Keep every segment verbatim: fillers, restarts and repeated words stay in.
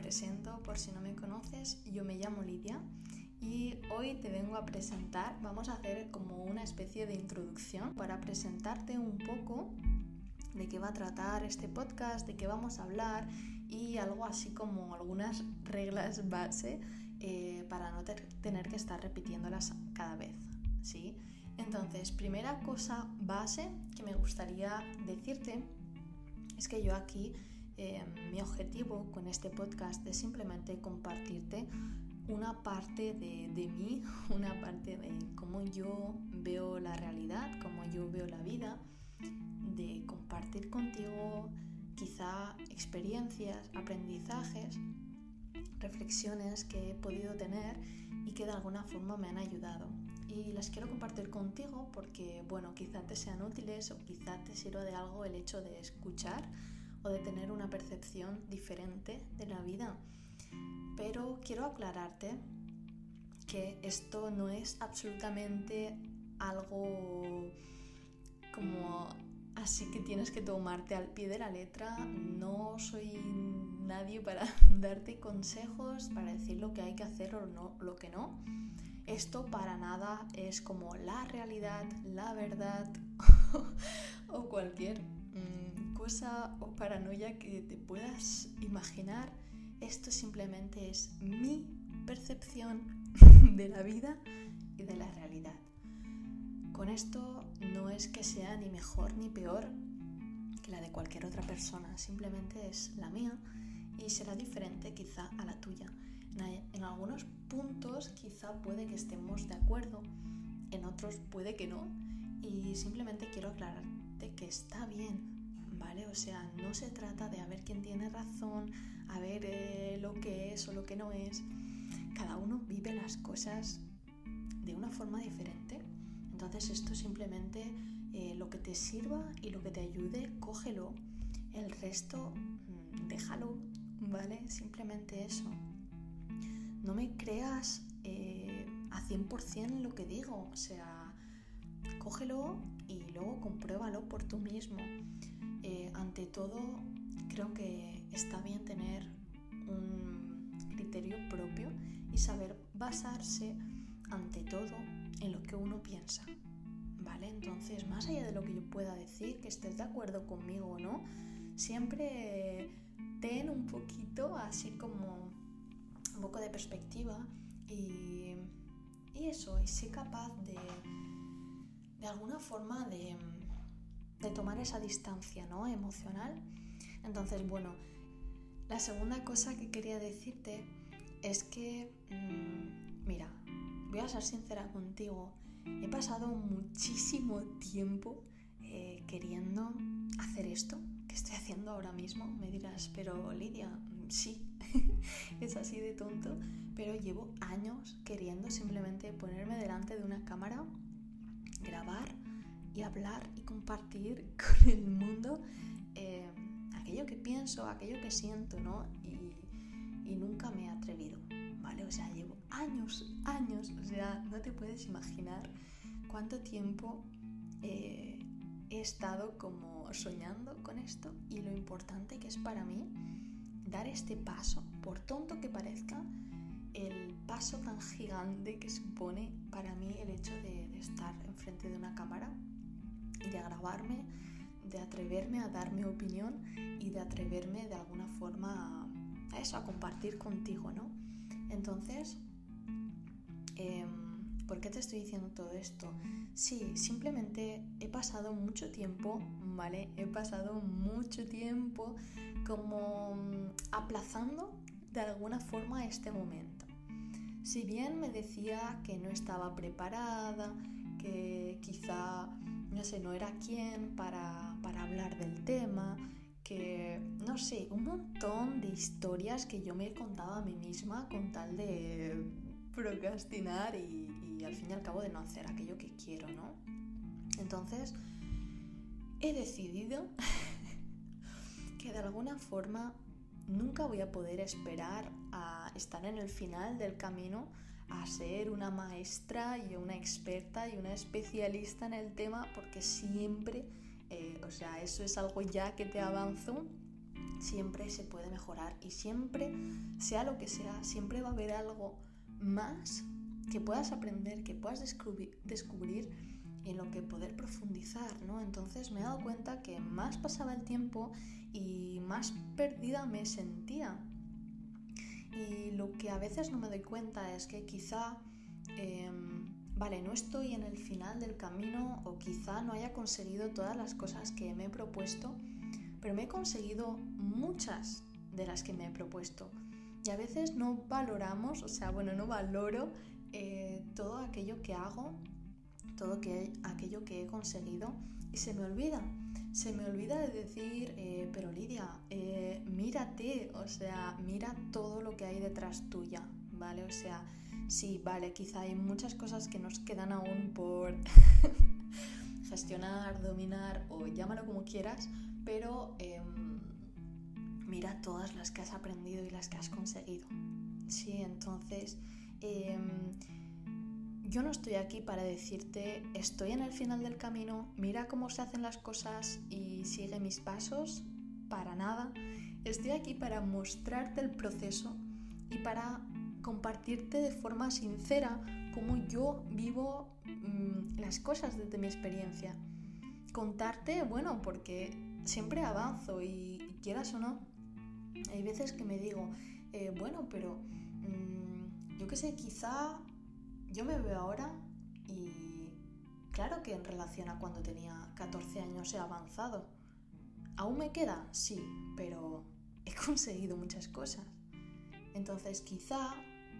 presento por si no me conoces. Yo me llamo Lidia y hoy te vengo a presentar, vamos a hacer como una especie de introducción para presentarte un poco de qué va a tratar este podcast, de qué vamos a hablar y algo así como algunas reglas base eh, para no ter- tener que estar repitiéndolas cada vez, ¿sí? Entonces, primera cosa base que me gustaría decirte es que yo aquí, eh, mi objetivo con este podcast es simplemente compartirte una parte de, de mí, una parte de cómo yo veo la realidad, cómo yo veo la vida, de compartir contigo quizá experiencias, aprendizajes, reflexiones que he podido tener y que de alguna forma me han ayudado. Y las quiero compartir contigo porque, bueno, quizá te sean útiles o quizá te sirva de algo el hecho de escuchar o de tener una percepción diferente de la vida. Pero quiero aclararte que esto no es absolutamente algo como así que tienes que tomarte al pie de la letra. No soy nadie para darte consejos, para decir lo que hay que hacer o no, lo que no. Esto para nada es como la realidad, la verdad o cualquier mmm, cosa o paranoia que te puedas imaginar. Esto simplemente es mi percepción de la vida y de la realidad. Con esto no es que sea ni mejor ni peor que la de cualquier otra persona, simplemente es la mía y será diferente quizá a la tuya. En algunos puntos quizá puede que estemos de acuerdo, en otros puede que no, y simplemente quiero aclararte que está bien, ¿vale? O sea, no se trata de a ver quién tiene razón, a ver eh, lo que es o lo que no es. Cada uno vive las cosas de una forma diferente. Entonces esto simplemente eh, lo que te sirva y lo que te ayude, cógelo. El resto, mmm, déjalo, ¿vale? Simplemente eso. No me creas eh, a cien por ciento lo que digo. O sea, cógelo y luego compruébalo por tú mismo. Eh, ante todo, creo que está bien tener un criterio propio y saber basarse ante todo en lo que uno piensa, ¿vale? Entonces, más allá de lo que yo pueda decir, que estés de acuerdo conmigo o no, siempre ten un poquito así como un poco de perspectiva y, y eso, y sé capaz de de alguna forma de, de tomar esa distancia, ¿no? Emocional. Entonces, bueno, la segunda cosa que quería decirte es que, mmm, mira, voy a ser sincera contigo, he pasado muchísimo tiempo eh, queriendo hacer esto que estoy haciendo ahora mismo. Me dirás, pero Lidia, sí, es así de tonto, pero llevo años queriendo simplemente ponerme delante de una cámara, grabar y hablar y compartir con el mundo eh, aquello que pienso, aquello que siento, ¿no? Y, y nunca me he atrevido, ¿vale? O sea, llevo años, años, o sea, no te puedes imaginar cuánto tiempo eh, he estado como soñando con esto y lo importante que es para mí dar este paso, por tonto que parezca, el paso tan gigante que supone para mí el hecho de, de estar enfrente de una cámara y de grabarme, de atreverme a dar mi opinión y de atreverme de alguna forma a, a eso, a compartir contigo, ¿no? Entonces, eh, ¿por qué te estoy diciendo todo esto? Sí, simplemente he pasado mucho tiempo, ¿vale? He pasado mucho tiempo como aplazando de alguna forma este momento. Si bien me decía que no estaba preparada, que quizá, no sé, no era quien para, para hablar del tema, que, no sé, un montón de historias que yo me contaba a mí misma con tal de procrastinar y, y al fin y al cabo de no hacer aquello que quiero, ¿no? Entonces, he decidido que de alguna forma nunca voy a poder esperar a estar en el final del camino, a ser una maestra y una experta y una especialista en el tema, porque siempre, eh, o sea, eso es algo ya que te avanzo, siempre se puede mejorar y siempre, sea lo que sea, siempre va a haber algo más que puedas aprender, que puedas descubrir, descubrir y en lo que poder profundizar, ¿no? Entonces me he dado cuenta que más pasaba el tiempo y más perdida me sentía. Y lo que a veces no me doy cuenta es que quizá, eh, vale, no estoy en el final del camino o quizá no haya conseguido todas las cosas que me he propuesto, pero me he conseguido muchas de las que me he propuesto. Y a veces no valoramos, o sea, bueno, no valoro eh, todo aquello que hago, todo que, aquello que he conseguido y se me olvida. Se me olvida de decir, eh, pero Lidia, eh, mírate, o sea, mira todo lo que hay detrás tuya, ¿vale? O sea, sí, vale, quizá hay muchas cosas que nos quedan aún por gestionar, dominar o llámalo como quieras, pero eh, mira todas las que has aprendido y las que has conseguido. Sí, entonces eh, yo no estoy aquí para decirte estoy en el final del camino, mira cómo se hacen las cosas y sigue mis pasos, para nada. Estoy aquí para mostrarte el proceso y para compartirte de forma sincera cómo yo vivo mmm, las cosas desde mi experiencia. Contarte, bueno, porque siempre avanzo y, y quieras o no, hay veces que me digo, eh, bueno, pero mmm, yo qué sé, quizá yo me veo ahora y claro que en relación a cuando tenía catorce años he avanzado. ¿Aún me queda? Sí, pero he conseguido muchas cosas. Entonces quizá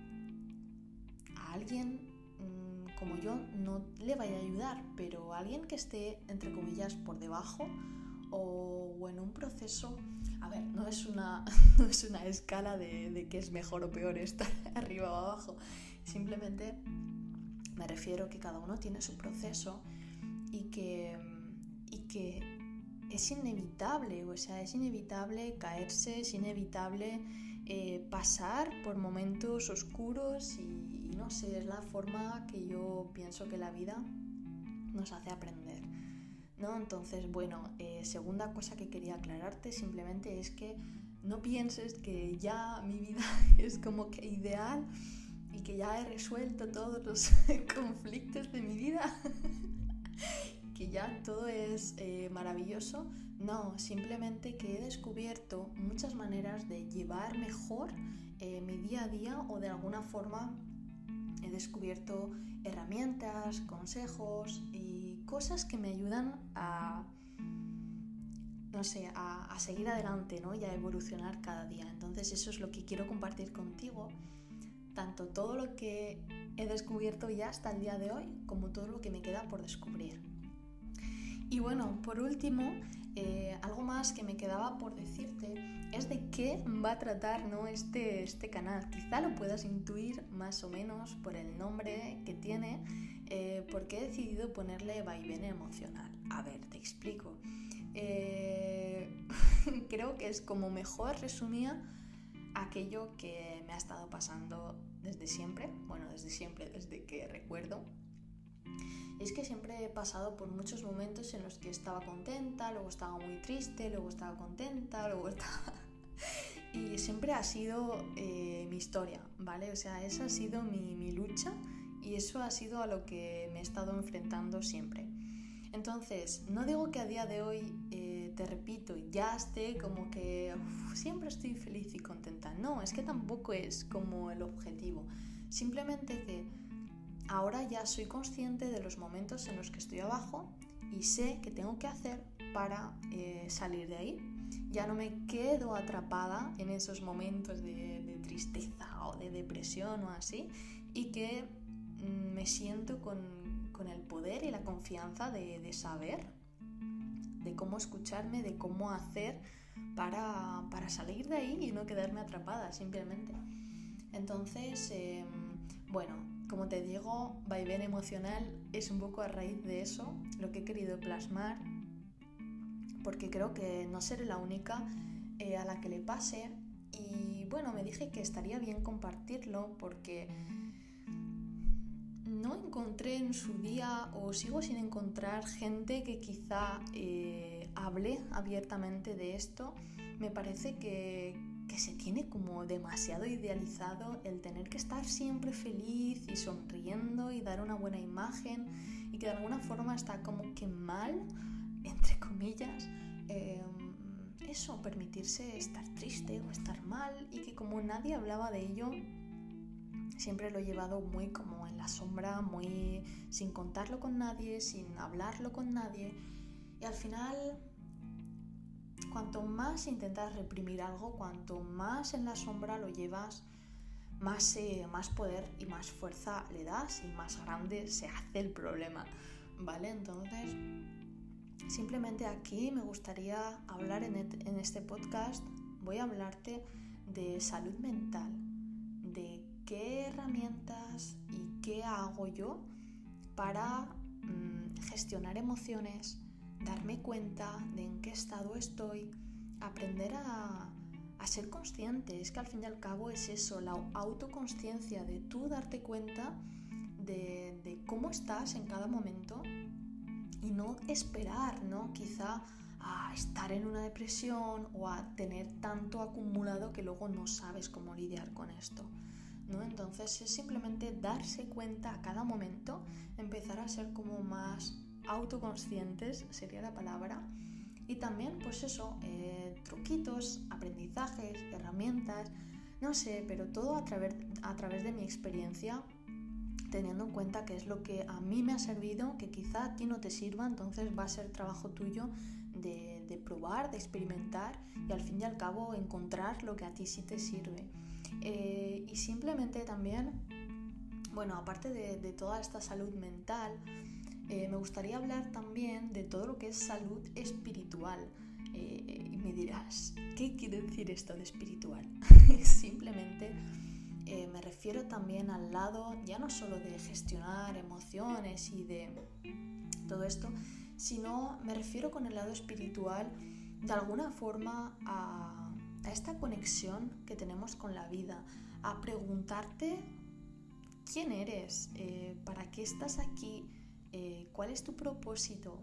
a alguien mmm, como yo no le vaya a ayudar, pero a alguien que esté, entre comillas, por debajo o, o en un proceso, a ver, no es una, no es una escala de, de qué es mejor o peor estar arriba o abajo, simplemente me refiero que cada uno tiene su proceso y que, y que es inevitable, o sea, es inevitable caerse, es inevitable eh, pasar por momentos oscuros y, y no sé, es la forma que yo pienso que la vida nos hace aprender, ¿no? Entonces, bueno, eh, segunda cosa que quería aclararte simplemente es que no pienses que ya mi vida es como que ideal y que ya he resuelto todos los conflictos de mi vida, que ya todo es eh, maravilloso. No, simplemente que he descubierto muchas maneras de llevar mejor eh, mi día a día o de alguna forma he descubierto herramientas, consejos y cosas que me ayudan a, no sé, a, a seguir adelante, ¿no? Y a evolucionar cada día. Entonces eso es lo que quiero compartir contigo, tanto todo lo que he descubierto ya hasta el día de hoy como todo lo que me queda por descubrir. Y bueno, por último, eh, algo más que me quedaba por decirte es de qué va a tratar, ¿no? este, este canal. Quizá lo puedas intuir más o menos por el nombre que tiene, eh, porque he decidido ponerle vaivén emocional. A ver, te explico. Eh, creo que es como mejor resumía aquello que me ha estado pasando desde siempre, bueno, desde siempre, desde que recuerdo. Es que siempre he pasado por muchos momentos en los que estaba contenta, luego estaba muy triste, luego estaba contenta, luego estaba... y siempre ha sido eh, mi historia, ¿vale? O sea, esa ha sido mi, mi lucha y eso ha sido a lo que me he estado enfrentando siempre. Entonces, no digo que a día de hoy, eh, te repito, ya esté como que uf, siempre estoy feliz y contenta. No, es que tampoco es como el objetivo. Simplemente que ahora ya soy consciente de los momentos en los que estoy abajo y sé qué tengo que hacer para eh, salir de ahí. Ya no me quedo atrapada en esos momentos de, de tristeza o de depresión o así, y que mm, me siento con, con el poder y la confianza de, de saber, de cómo escucharme, de cómo hacer para, para salir de ahí y no quedarme atrapada simplemente. Entonces, eh, bueno, como te digo, vaivén emocional es un poco a raíz de eso lo que he querido plasmar, porque creo que no seré la única eh, a la que le pase. Y bueno, me dije que estaría bien compartirlo porque no encontré en su día, o sigo sin encontrar, gente que quizá eh, hable abiertamente de esto, me parece que, que se tiene como demasiado idealizado el tener que estar siempre feliz y sonriendo y dar una buena imagen, y que de alguna forma está como que mal, entre comillas, eh, eso, permitirse estar triste o estar mal, y que como nadie hablaba de ello, siempre lo he llevado muy como en la sombra, muy sin contarlo con nadie, sin hablarlo con nadie, y al final, cuanto más intentas reprimir algo, cuanto más en la sombra lo llevas, más, eh, más poder y más fuerza le das, y más grande se hace el problema, ¿vale? Entonces, simplemente aquí me gustaría hablar en, et- en este podcast, voy a hablarte de salud mental, de qué herramientas y qué hago yo para mmm, gestionar emociones, darme cuenta de en qué estado estoy, aprender a, a ser consciente. Es que al fin y al cabo es eso, la autoconsciencia de tú darte cuenta de, de cómo estás en cada momento, y no esperar, ¿no? Quizá a estar en una depresión o a tener tanto acumulado que luego no sabes cómo lidiar con esto, ¿no? Entonces es simplemente darse cuenta a cada momento, empezar a ser como más autoconscientes, sería la palabra, y también pues eso, eh, truquitos, aprendizajes, herramientas, no sé, pero todo a través, a través de mi experiencia, teniendo en cuenta que es lo que a mí me ha servido, que quizá a ti no te sirva, entonces va a ser trabajo tuyo de, de probar, de experimentar, y al fin y al cabo encontrar lo que a ti sí te sirve. Eh, y simplemente también, bueno, aparte de, de toda esta salud mental, eh, me gustaría hablar también de todo lo que es salud espiritual. Eh, y me dirás, ¿qué quiere decir esto de espiritual? Simplemente eh, me refiero también al lado, ya no solo de gestionar emociones y de todo esto, sino me refiero con el lado espiritual de alguna forma a, a esta conexión que tenemos con la vida, a preguntarte quién eres, eh, para qué estás aquí, eh, cuál es tu propósito.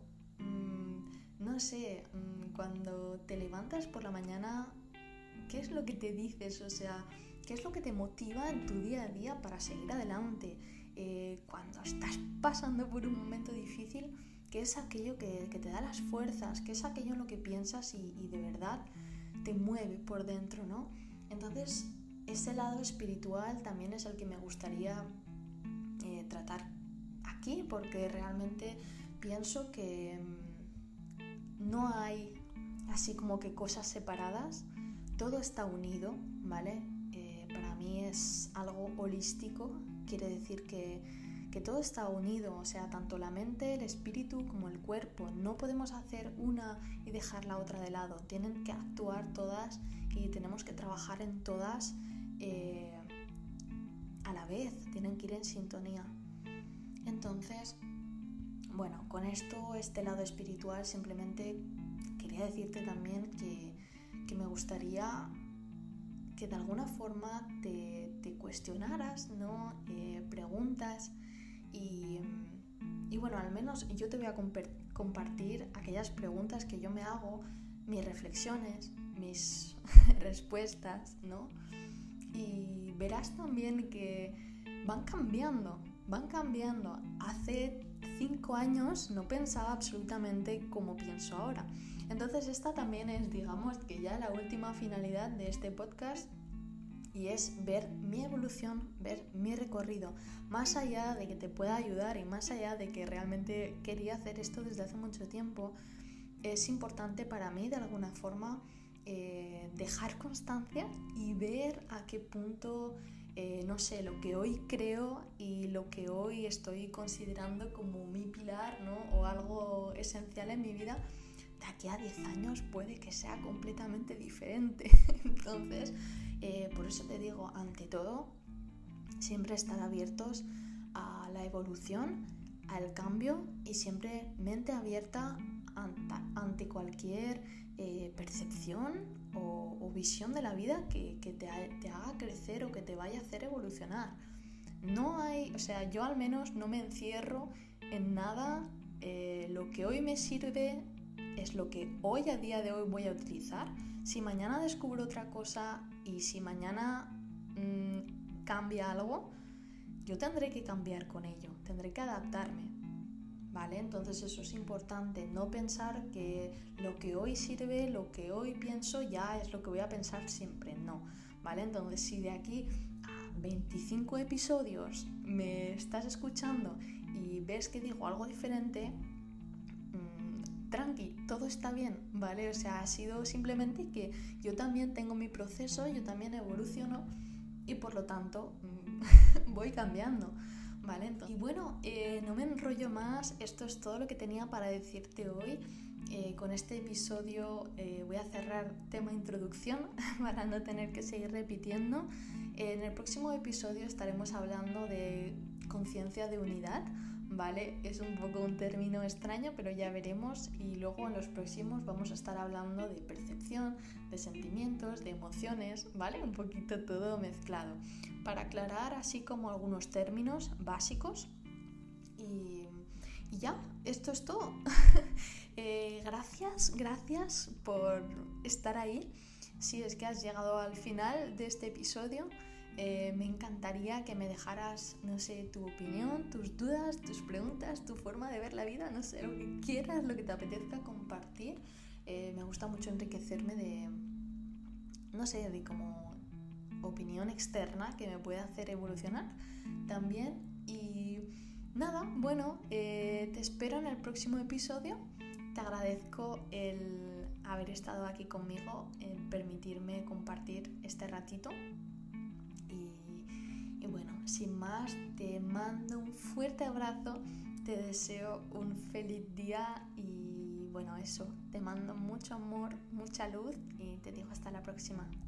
Mm, no sé, mm, cuando te levantas por la mañana, ¿qué es lo que te dices? O sea, ¿qué es lo que te motiva en tu día a día para seguir adelante? Eh, cuando estás pasando por un momento difícil, ¿qué es aquello que, que te da las fuerzas? ¿Qué es aquello en lo que piensas y, y de verdad te mueve por dentro, ¿no? Entonces, ese lado espiritual también es el que me gustaría eh, tratar aquí, porque realmente pienso que mmm, no hay así como que cosas separadas, todo está unido, ¿vale? Eh, para mí es algo holístico, quiere decir que, que todo está unido, o sea, tanto la mente, el espíritu como el cuerpo. No podemos hacer una y dejar la otra de lado, tienen que actuar todas y tenemos que trabajar en todas eh, a la vez, tienen que ir en sintonía. Entonces, bueno, con esto, este lado espiritual, simplemente quería decirte también que, que me gustaría que de alguna forma te, te cuestionaras, ¿no? Eh, preguntas y, y bueno, al menos yo te voy a comp- compartir aquellas preguntas que yo me hago, mis reflexiones, mis respuestas, ¿no? Y verás también que van cambiando, van cambiando. Hace cinco años no pensaba absolutamente como pienso ahora. Entonces esta también es, digamos, que ya la última finalidad de este podcast, y es ver mi evolución, ver mi recorrido, más allá de que te pueda ayudar y más allá de que realmente quería hacer esto desde hace mucho tiempo. Es importante para mí de alguna forma eh, dejar constancia y ver a qué punto, eh, no sé, lo que hoy creo y lo que hoy estoy considerando como mi pilar, ¿no? O algo esencial en mi vida, de aquí a diez años puede que sea completamente diferente. Entonces, eh, por eso te digo, ante todo, siempre estar abiertos a la evolución, al cambio, y siempre mente abierta ante, ante cualquier eh, percepción o, o visión de la vida que, que te, te haga crecer o que te vaya a hacer evolucionar. No hay, o sea, yo al menos no me encierro en nada. Eh, lo que hoy me sirve es lo que hoy a día de hoy voy a utilizar. Si mañana descubro otra cosa y si mañana mmm, cambia algo, yo tendré que cambiar con ello, tendré que adaptarme, ¿vale? Entonces eso es importante, no pensar que lo que hoy sirve, lo que hoy pienso ya es lo que voy a pensar siempre, no, ¿vale? Entonces si de aquí a veinticinco episodios me estás escuchando y ves que digo algo diferente, mmm, tranqui, todo está bien, ¿vale? O sea, ha sido simplemente que yo también tengo mi proceso, yo también evoluciono y por lo tanto voy cambiando, ¿vale? Entonces, y bueno, eh, no me enrollo más, esto es todo lo que tenía para decirte hoy. Eh, con este episodio eh, voy a cerrar tema introducción para no tener que seguir repitiendo. En el próximo episodio estaremos hablando de conciencia de unidad, ¿vale? Es un poco un término extraño, pero ya veremos, y luego en los próximos vamos a estar hablando de percepción, de sentimientos, de emociones, ¿vale? Un poquito todo mezclado, para aclarar así como algunos términos básicos. Y, y ya, esto es todo. eh, gracias, gracias por estar ahí. Si es que has llegado al final de este episodio, Eh, me encantaría que me dejaras, no sé, tu opinión, tus dudas, tus preguntas, tu forma de ver la vida, no sé, lo que quieras, lo que te apetezca compartir. Eh, me gusta mucho enriquecerme de, no sé, de como opinión externa que me puede hacer evolucionar también. Y nada, bueno, eh, te espero en el próximo episodio. Te agradezco el haber estado aquí conmigo, el permitirme compartir este ratito. Y, y bueno, sin más, te mando un fuerte abrazo, te deseo un feliz día y bueno, eso, te mando mucho amor, mucha luz y te digo hasta la próxima.